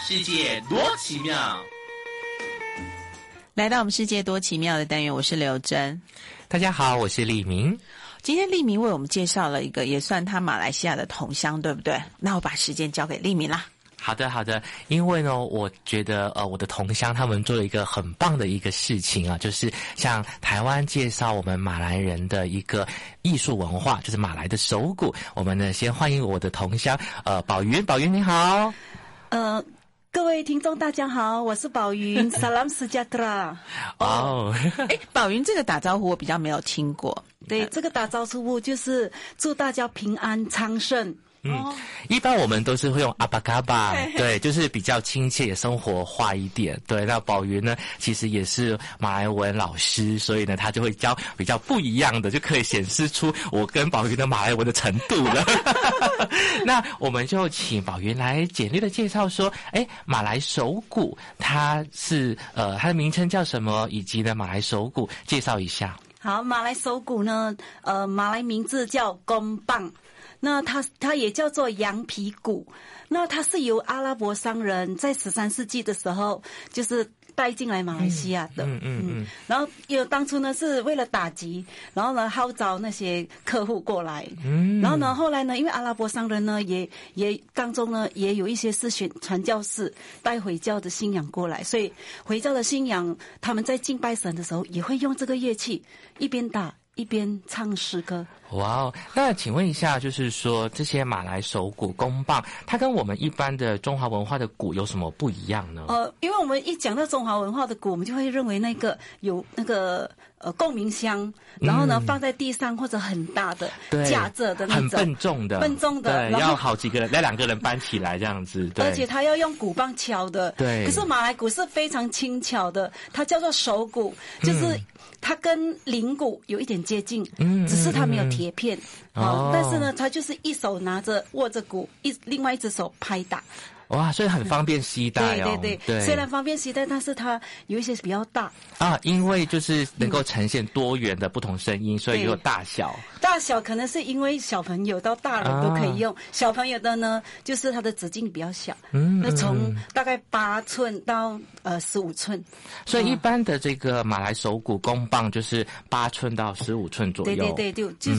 世界多奇妙。 来到我们世界多奇妙的单元，我是刘真。 大家好，我是立明。 今天立明为我们介绍了一个也算他马来西亚的同乡，对不对？那我把时间交给立明啦。 好的，好的。因为呢，我觉得我的同乡他们做了一个很棒的一个事情啊，就是向台湾介绍我们马来人的一个艺术文化，就是马来的手鼓。我们呢，先欢迎我的同乡宝云，宝云你好。 各位听众大家好，我是宝云，Salam Sejahtera。 哦， 宝云这个打招呼我比较没有听过。 对，这个打招呼就是祝大家平安昌盛。 一般我们都是会用阿巴卡巴，对，就是比较亲切也生活化一点。对，那宝云呢，其实也是马来文老师，所以呢，他就会教比较不一样的，就可以显示出我跟宝云的马来文的程度了。那我们就请宝云来简略的介绍说，马来手鼓它是它的名称叫什么，以及呢马来手鼓介绍一下。 好，马来手鼓呢，马来名字叫公棒。那它也叫做羊皮鼓，那它是由阿拉伯商人在13世纪的时候就是带进来马来西亚的。然后当初呢是为了打击，然后呢号召那些客户过来。然后呢后来呢，因为阿拉伯商人呢也当中呢也有一些是传教士带回教的信仰过来，所以回教的信仰他们在敬拜神的时候也会用这个乐器，一边打一边唱诗歌。 哇哦，那请问一下，就是说这些马来手鼓、弓棒，它跟我们一般的中华文化的鼓有什么不一样呢？ 因为我们一讲到中华文化的鼓，我们就会认为那个有那个共鸣箱，然后呢放在地上或者很大的架着的那种， 很笨重的，对，要好几个人，2个人搬起来这样子，对， 而且它要用鼓棒敲的， 对。 可是马来鼓是非常轻巧的，它叫做手鼓，就是它跟铃鼓有一点接近，只是它没有铁片，但是呢，它就是一手握着鼓，另外一只手拍打。 哇，所以很方便携带哦。 对，虽然方便携带，但是它有一些比较大啊，因为就是能够呈现多元的不同声音，所以有大小。 大小可能是因为小朋友到大人都可以用，小朋友的呢，就是它的直径比较小，那从大概8寸到15寸。 所以一般的这个马来手鼓弓棒就是8寸到15寸左右。 对，就是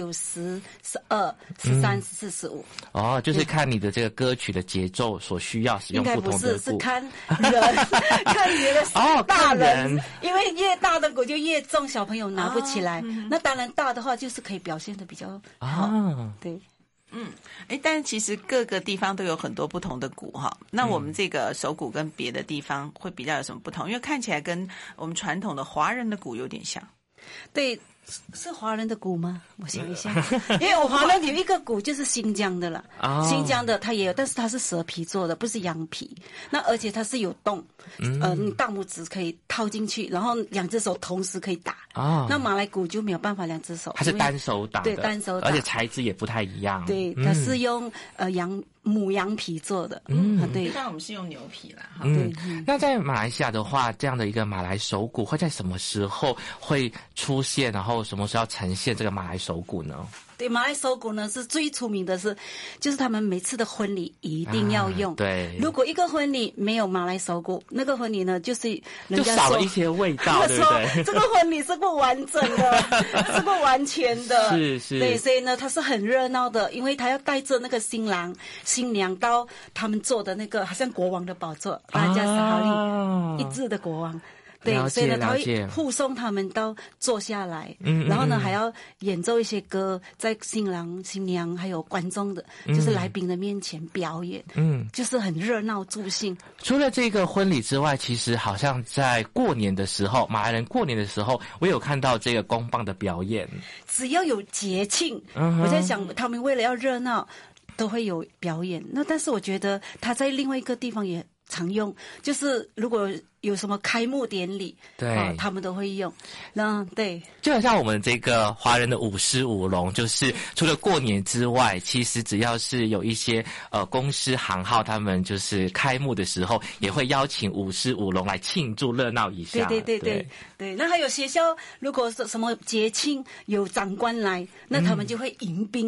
8、9、10、12、13、14、15。 哦，就是看你的这个歌曲的节奏所需要使用不同的鼓。应该不是看人，看别的大人，因为越大的鼓就越重，小朋友拿不起来。那当然大的话就是可以表现得比较好。对。 但其实各个地方都有很多不同的鼓哈。那我们这个手鼓跟别的地方会比较有什么不同？因为看起来跟我们传统的华人的鼓有点像。 对，是华人的鼓吗？我想一下，因为我华人有一个鼓就是新疆的了，新疆的它也有，但是它是蛇皮做的，不是羊皮。那而且它是有洞，你大拇指可以套进去，然后2只手同时可以打。那马来鼓就没有办法2只手， 它是单手打的， 对，单手打， 而且材质也不太一样。 对，它是用母羊皮做的。对， 一般我们是用牛皮啦。 那在马来西亚的话，这样的一个马来手鼓会在什么时候会出现？然后什么时候要呈现这个马来手鼓呢？ 对，马来手鼓呢是最出名的就是他们每次的婚礼一定要用。 对， 如果一个婚礼没有马来手鼓，那个婚礼呢就是人家就少了一些味道，对不对？ 这个婚礼是不完整的，是不完全的。 是。 对，所以呢它是很热闹的，因为他要带着那个新郎新娘到他们坐的那个好像国王的宝座，大家是哈利一致的国王。对，所以呢，他会护送他们到坐下来，然后呢，还要演奏一些歌，在新郎、新娘还有观众的，就是来宾的面前表演，就是很热闹助兴。 除了这个婚礼之外，其实好像在过年的时候，马来人过年的时候，我有看到这个弓棒的表演。 只要有节庆，我在想，他们为了要热闹，都会有表演。那但是我觉得他在另外一个地方也常用，就是如果有什么开幕典礼， 对， 他们都会用。那对， 就好像我们这个华人的舞狮舞龙，就是除了过年之外，其实只要是有一些公司行号，他们就是开幕的时候，也会邀请舞狮舞龙来庆祝热闹一下。 对。那还有学校，如果是什么节庆有长官来，那他们就会迎宾。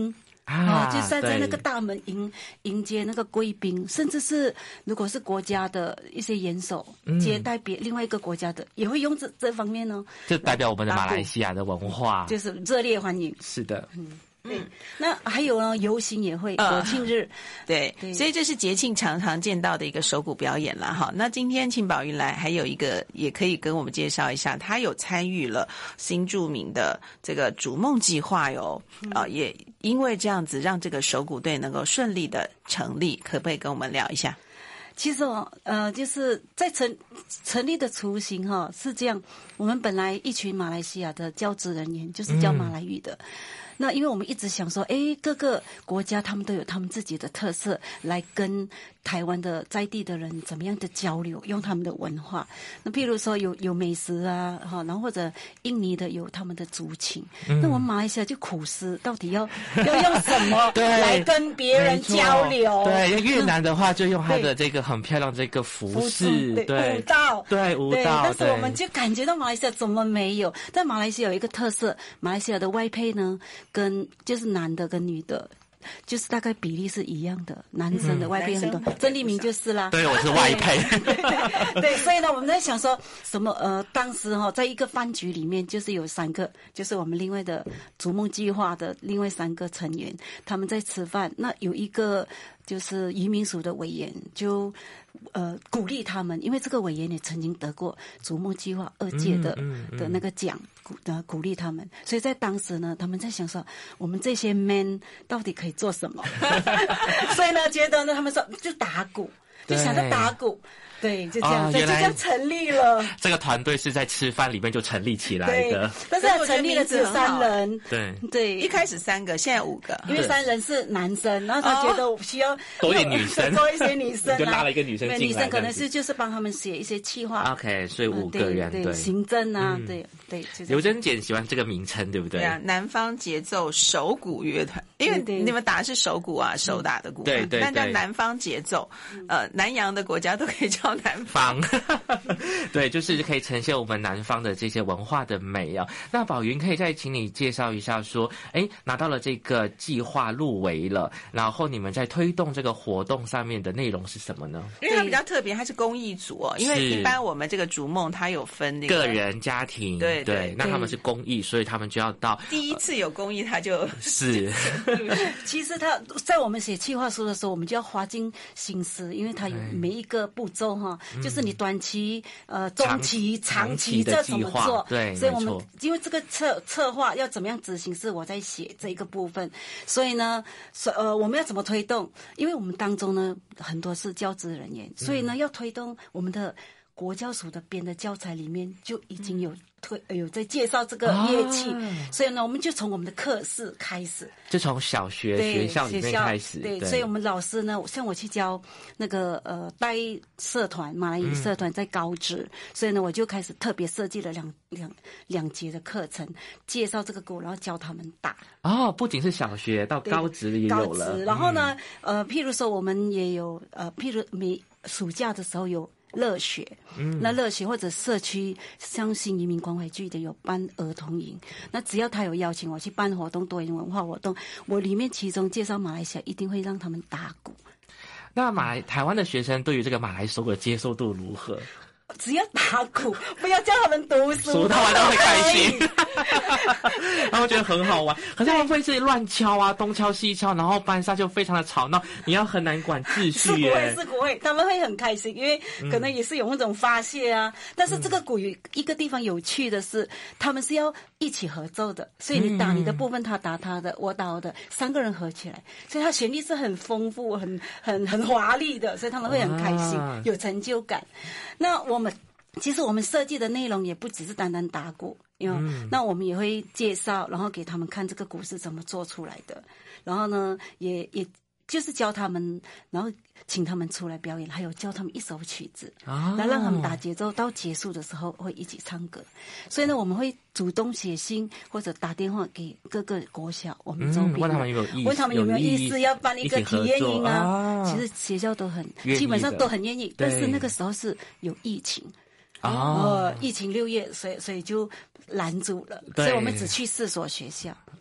就站在那个大门迎接那个贵宾，甚至是如果是国家的一些元首接待另外一个国家的，也会用这方面呢， 就代表我们的马来西亚的文化， 就是热烈欢迎。 是的， 对，那还有呢，游行也会，国庆日， 对，所以这是节庆常常见到的一个手鼓表演了哈。那今天请宝云来，还有一个也可以跟我们介绍一下，他有参与了新著名的这个逐梦计划哟，也因为这样子让这个手鼓队能够顺利的成立，可不可以跟我们聊一下？ 其实就是在成立的雏形哈是这样，我们本来一群马来西亚的教职人员，就是教马来语的。那因为我们一直想说，各个国家他们都有他们自己的特色，来跟台湾的在地的人怎么样的交流，用他们的文化。那譬如说有美食啊，然后或者印尼的有他们的族情。那我们马来西亚就苦思，到底要用什么来跟别人交流？ 对，越南的话就用他的这个很漂亮这个服饰， 对，舞蹈， 对舞蹈。 但是我们就感觉到马来西亚怎么没有？但马来西亚有一个特色，马来西亚的外配呢，跟就是男的跟女的，就是大概比例是一样的，男生的外配很多，郑丽明就是啦。 对，我是外配。 对，所以呢，我们在想说什么？当时在一个饭局里面，就是有3个，就是我们另外的逐梦计划的另外3个成员，他们在吃饭。那有一个就是移民署的委员就鼓励他们，因为这个委员也曾经得过逐梦计划2届的那个奖，鼓励他们。所以在当时呢，他们在想说，我们这些 man 到底可以做什么？所以呢，觉得呢，他们说就打鼓，就想着打鼓。对，就这样，所以就这样成立了。 这个团队是在吃饭里面就成立起来的， 但是成立了只有3人。 对， 一开始3个，现在5个， 因为3人是男生，然后他觉得需要多一点女生， 多一些女生， 就拉了一个女生进来。 女生可能是就是帮他们写一些企划。 OK， 所以5个人， 对，行政啊，对。 刘珍姐喜欢这个名称，对不对？ 对啊，南方节奏手鼓乐团，因为你们打的是手鼓啊，手打的鼓， 对， 但叫南方节奏，南洋的国家都可以叫南方。 对，就是可以呈现我们南方的这些文化的美啊。那宝云可以再请你介绍一下，说，拿到了这个计划入围了，然后你们在推动这个活动上面的内容是什么呢？ 因为它比较特别，它是公益组哦。因为一般我们这个逐梦它有分那个人、家庭，对，那他们是公益，所以他们就要到第一次有公益，他就是其实他在我们写企划书的时候，我们就要花尽心思，因为它有每一个步骤哈，就是你短期、中期、长期这怎么做？ 对， 所以我们因为这个策划要怎么样执行，是我在写这一个部分。所以呢，我们要怎么推动？因为我们当中呢很多是教职人员，所以呢要推动我们的国教署的编的教材里面就已经有在介绍这个乐器，所以呢，我们就从我们的课室开始， 就从小学学校里面开始。 对，所以我们老师呢，像我去教那个带社团马来语社团在高职，所以呢，我就开始特别设计了两节的课程，介绍这个鼓，然后教他们打。 不仅是小学，到高职也有了。 然后呢，譬如说我们也有譬如每暑假的时候有乐学，那乐学或者社区像新移民关怀局的有办儿童营，那只要他有邀请我去办活动，多元文化活动，我里面其中介绍马来西亚，一定会让他们打鼓。 那台湾的学生对于这个马来手鼓的接受度如何？ 只要打鼓，不要叫他们读书， 他们都会开心，他们觉得很好玩。可是他们会是乱敲啊，东敲西敲，然后班上就非常的吵闹，你要很难管秩序耶。 是不会，他们会很开心，因为可能也是有那种发泄啊。但是这个鼓有一个地方有趣的是，他们是要一起合奏的，所以你打你的部分，他打他的，我打我的，3个人合起来，所以它旋律是很丰富、很华丽的，所以他们会很开心，有成就感。那其实我们设计的内容也不只是单单打鼓，那我们也会介绍，然后给他们看这个鼓是怎么做出来的，然后呢，也就是教他们，然后请他们出来表演，还有教他们一首曲子，来让他们打节奏，到结束的时候会一起唱歌。所以呢，我们会主动写信或者打电话给各个国小，我们周边问他们有没有意思要办一个体验营啊。其实学校都基本上都很愿意，但是那个时候是有疫情。疫情6月，所以就拦住了，所以我们只去4所学校。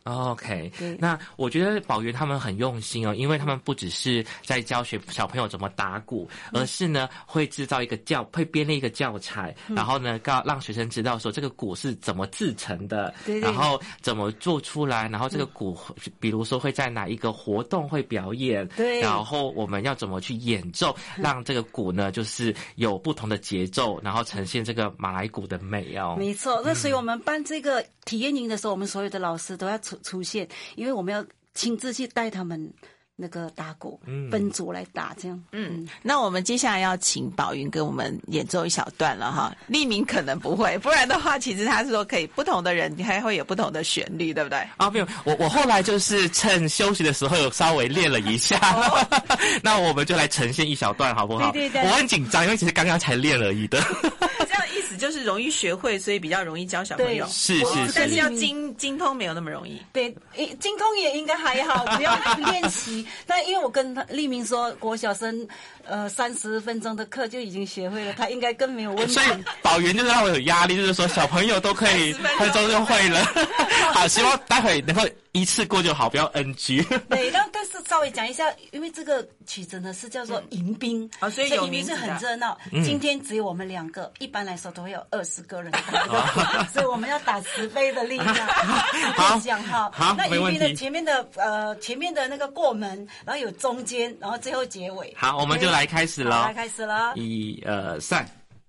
OK， 对， 那我觉得宝源他们很用心哦，因为他们不只是在教学小朋友怎么打鼓，而是呢会制造一个会编列一个教材，然后呢让学生知道说这个鼓是怎么制成的， 对， 然后怎么做出来，然后这个鼓比如说会在哪一个活动会表演， 对， 然后我们要怎么去演奏，让这个鼓呢就是有不同的节奏，然后呈现这个马来鼓的美哦。 没错，那所以我们办这个体验营的时候，我们所有的老师都要出现，因为我们要亲自去带他们那个打鼓，分组来打这样。 那我们接下来要请宝云跟我们演奏一小段了哈。立明可能不会，不然的话，其实他是说可以不同的人还会有不同的旋律，对不对？ 啊，没有，我后来就是趁休息的时候有稍微练了一下，那我们就来呈现一小段好不好？ 对， 我很紧张，因为其实刚刚才练而已的。 这样意思就是容易学会，所以比较容易教小朋友。 是， 但是要精通没有那么容易。 对，精通也应该还好，只要练习。但因为我跟立明说，国小生30分钟的课就已经学会了，他应该更没有问题。 所以宝源就是让我有压力，就是说小朋友都可以分钟就会了。好，希望待会能够一次过就好，不要 NG。 对，但是稍微讲一下，因为这个曲真的是叫做迎宾， 所以迎宾是很热闹。今天只有我们2个，一般来说都会有20个人打，所以我们要打10倍的力量。 好， 讲好，那迎宾的前面的那个过门，然后有中间，然后最后结尾。 好，我们就来开始了。 来开始了 ，1、2、3。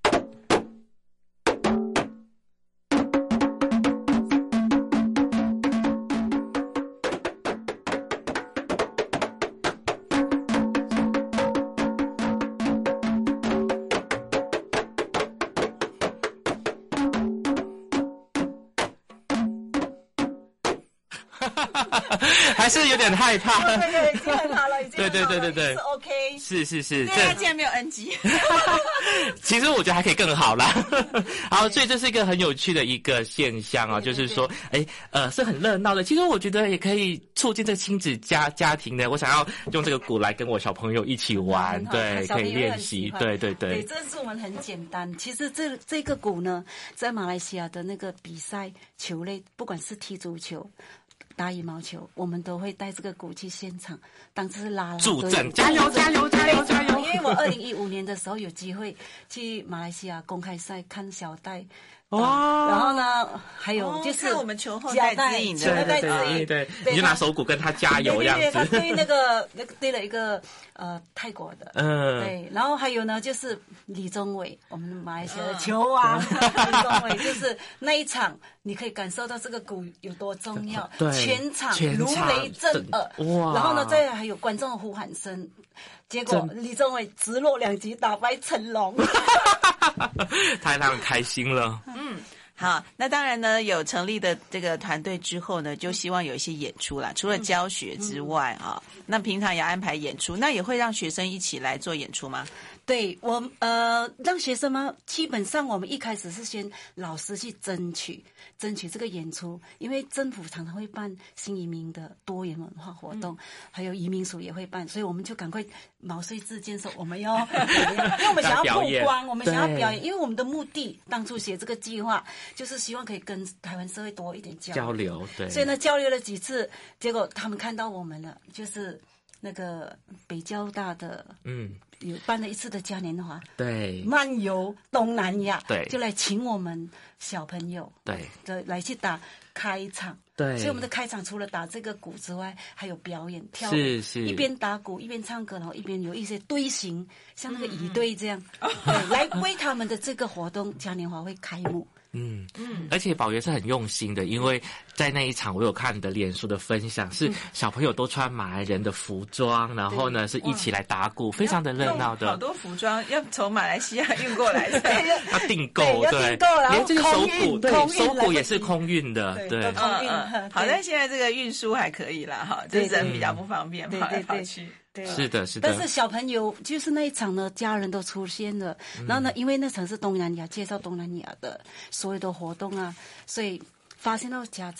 还是有点害怕。 对，已经很好了，已经对， 是 OK。 是。 对啊，竟然没有 NG。 其实我觉得还可以更好啦。好，所以这是一个很有趣的一个现象啊，就是说，是很热闹的。其实我觉得也可以促进这个亲子家庭的。我想要用这个鼓来跟我小朋友一起玩，对，可以练习，对。 对，这是我们很简单。其实这个鼓呢，在马来西亚的那个比赛球类，不管是踢足球、打羽毛球，我们都会带这个鼓去现场，当这是拉助阵，加油！ 因为我2015年的时候有机会去马来西亚公开赛看小戴。 哇！ 然后呢，还有就是我们球后带指引的，对，你就拿手鼓跟他加油这样子。 他对那个对了一个泰国的，对，然后还有呢就是李宗伟，我们马来西亚的球王李宗伟，就是那一场你可以感受到这个鼓有多重要，全场如雷震耳，哇！然后呢，再还有观众的呼喊声，结果李宗伟直落2局打败成龙。 太让人开心了。 好，那当然呢，有成立的这个团队之后呢，就希望有一些演出啦。除了教学之外啊，那平常也安排演出，那也会让学生一起来做演出吗？ 对，我让学生吗？基本上我们一开始是先老师去争取这个演出，因为政府常常会办新移民的多元文化活动，还有移民署也会办，所以我们就赶快毛遂自荐说我们要，因为我们想要曝光，我们想要表演，因为我们的目的当初写这个计划就是希望可以跟台湾社会多一点交流， 对， 所以呢交流了几次，结果他们看到我们了，就是那个北交大的有办了一次的嘉年华， 对， 漫游东南亚， 对， 就来请我们小朋友， 对， 来去打开场， 对， 所以我们的开场除了打这个鼓之外，还有表演跳舞， 是一边打鼓一边唱歌，然后一边有一些队形，像那个仪队这样，来为他们的这个活动嘉年华会开幕。 而且宝源是很用心的，因为在那一场我有看你的脸书的分享，是小朋友都穿马来人的服装，然后呢是一起来打鼓，非常的热闹的。 好多服装要从马来西亚运过来， 要订购，对，连这个手鼓，对，手鼓也是空运的，对， 好在现在这个运输还可以啦，哈，这人比较不方便，跑来跑去。 是的。 但是小朋友就是那一场呢，家人都出现了。然后呢，因为那场是东南亚，介绍东南亚的所有的活动啊，所以发现到家长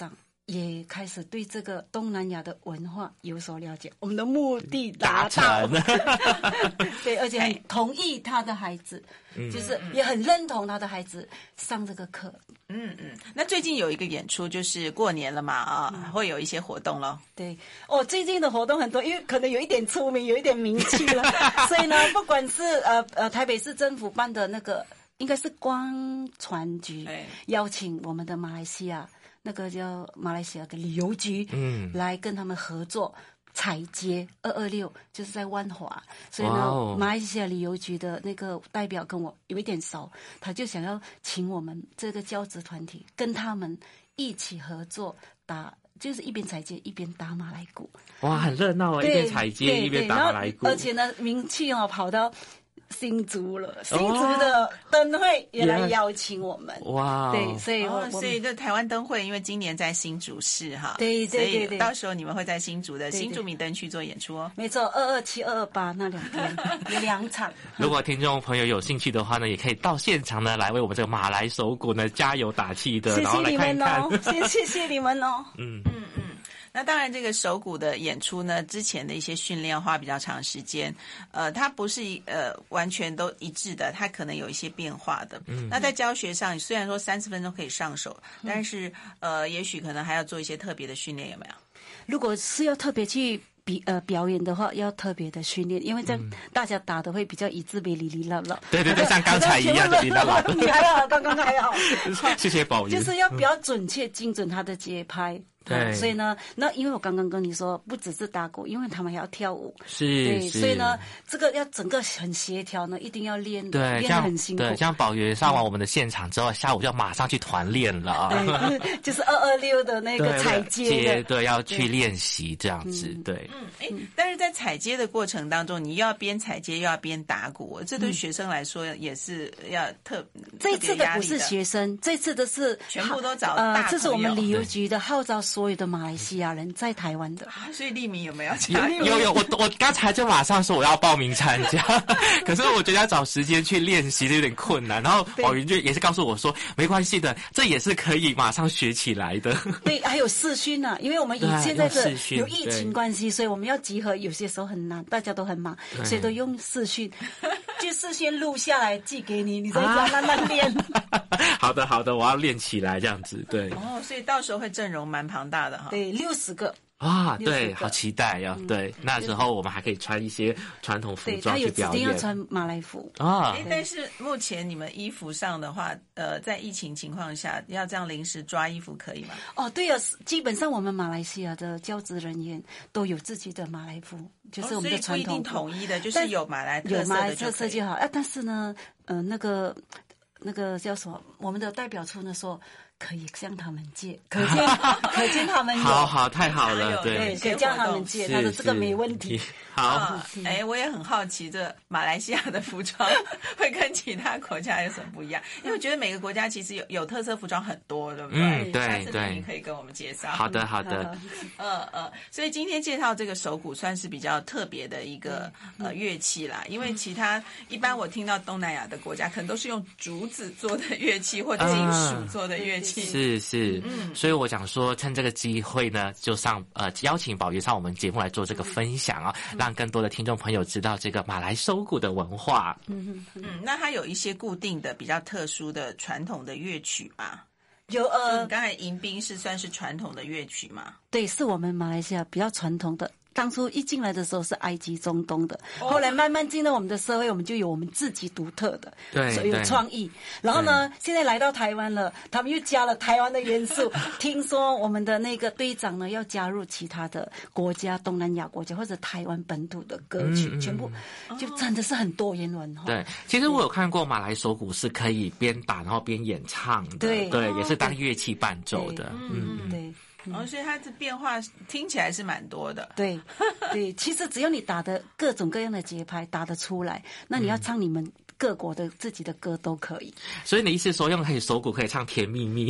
也开始对这个东南亚的文化有所了解，我们的目的达达到成。 对，而且很同意他的孩子，就是也很认同他的孩子上这个课。 那最近有一个演出，就是过年了嘛啊，会有一些活动咯。 对，最近的活动很多，因为可能有一点出名，有一点名气了，所以呢，不管是台北市政府办的那个，应该是光传局邀请我们的马来西亚。那个叫马来西亚的旅游局，来跟他们合作采街226，就是在万华，所以呢，马来西亚旅游局的那个代表跟我有一点熟，他就想要请我们这个教职团体跟他们一起合作就是一边采街一边打马来鼓， 哇，很热闹啊！一边采街一边打马来鼓， 而且呢，名气跑到新竹了，新竹的灯会也来邀请我们。 哇， 对，所以这台湾灯会，因为今年在新竹市哈， 对， 所以到时候你们会在新竹的新竹米灯区做演出哦。 没错，227、228那2天有2场。 如果听众朋友有兴趣的话呢，也可以到现场呢来为我们这个马来手鼓呢加油打气的，然后来看一看。 谢谢你们哦。 那当然，这个手鼓的演出呢，之前的一些训练要花比较长时间，它不是完全都一致的，它可能有一些变化的。那在教学上，虽然说30分钟可以上手，但是也许可能还要做一些特别的训练，有没有？ 如果是要特别去表演的话，要特别的训练，因为这样大家打的会比较一致，别哩哩啦啦。 对，像刚才一样的哩啦啦。 你还好，刚刚还好。 谢谢宝云。 就是要比较准确、精准他的节拍。 对， 所以呢，那因为我刚刚跟你说，不只是打鼓，因为他们还要跳舞， 对， 所以呢，这个要整个很协调呢，一定要练， 对， 练得很辛苦。 对，像宝云上完我们的现场之后，下午就要马上去团练了。 对，就是226的那个踩街的， 对，要去练习这样子，对。 但是在踩街的过程当中，你又要边踩街又要边打鼓，这对学生来说也是要这次的不是学生，这次的是全部都找大朋友。 这是我们旅游局的号召所有的马来西亚人在台湾的， 所以立明有没有加入？ 有，我刚才就马上说我要报名参加，可是我觉得要找时间去练习有点困难。然后宝云就也是告诉我说，没关系的，这也是可以马上学起来的。 对，还有视讯啊，因为我们现在是有疫情关系，所以我们要集合，有些时候很难，大家都很忙，所以都用视讯，就视讯录下来寄给你，你在家慢慢练。 好的，我要练起来这样子，对。 所以到时候会阵容蛮庞大的哈。 对，60个。 啊，对，好期待呀！对，那时候我们还可以穿一些传统服装去表演。 对，他有指定要穿马来服啊。 但是目前你们衣服上的话，在疫情情况下，要这样临时抓衣服可以吗？ 对啊，基本上我们马来西亚的教职人员都有自己的马来服，就是我们的传统服。所以不一定统一的，就是有马来特色就好。但是呢，那个叫什么？我们的代表处呢说。可以向他们借，可见他们有。 好，太好了，对， 可以向他们借，他说这个没问题。 好， 我也很好奇，这马来西亚的服装会跟其他国家有什么不一样？因为我觉得每个国家其实有特色服装很多，对不对？ 对， 你可以跟我们介绍。 好的。 所以今天介绍这个手鼓算是比较特别的一个乐器啦，因为其他一般我听到东南亚的国家可能都是用竹子做的乐器或金属做的乐器。 是，所以我想说，趁这个机会呢，就邀请宝云上我们节目来做这个分享啊，让更多的听众朋友知道这个马来手鼓的文化。 那它有一些固定的、比较特殊的传统的乐曲吗？ 有刚才迎宾是算是传统的乐曲吗？ 对，是我们马来西亚比较传统的。当初一进来的时候是埃及、中东的，后来慢慢进到我们的社会，我们就有我们自己独特的， 对， 所以有创意。然后呢，现在来到台湾了，他们又加了台湾的元素。听说我们的那个队长呢，要加入其他的国家，东南亚国家或者台湾本土的歌曲，全部就真的是很多元文化。 对，其实我有看过马来手鼓是可以边打然后边演唱的，对，也是当乐器伴奏的， 对。 所以它的变化听起来是蛮多的。 对，其实只要你打的各种各样的节拍打得出来，那你要唱你们各国的自己的歌都可以。 所以你意思说用手鼓可以唱《甜蜜蜜》？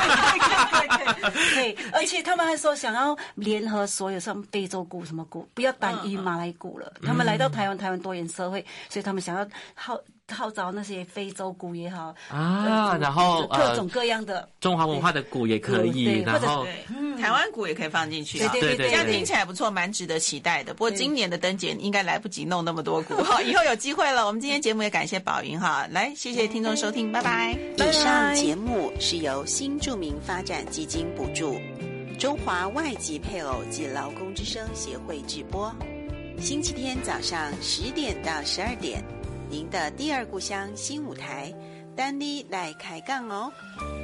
对，而且他们还说想要联合所有像非洲鼓什么鼓，不要单一马来鼓了。他们来到台湾多元社会，所以他们想要号召那些非洲鼓也好然后各种各样的中华文化的鼓也可以，然后台湾鼓也可以放进去啊。 对这样听起来不错，蛮值得期待的。不过今年的灯节应该来不及弄那么多鼓哈，以后有机会了。我们今天节目也感谢宝云哈，来谢谢听众收听，拜拜。 以上节目是由新住民发展基金补助，中华外籍配偶及劳工之声协会直播，星期天早上10点到12点，您的第二故乡新舞台，丹妮来开杠哦。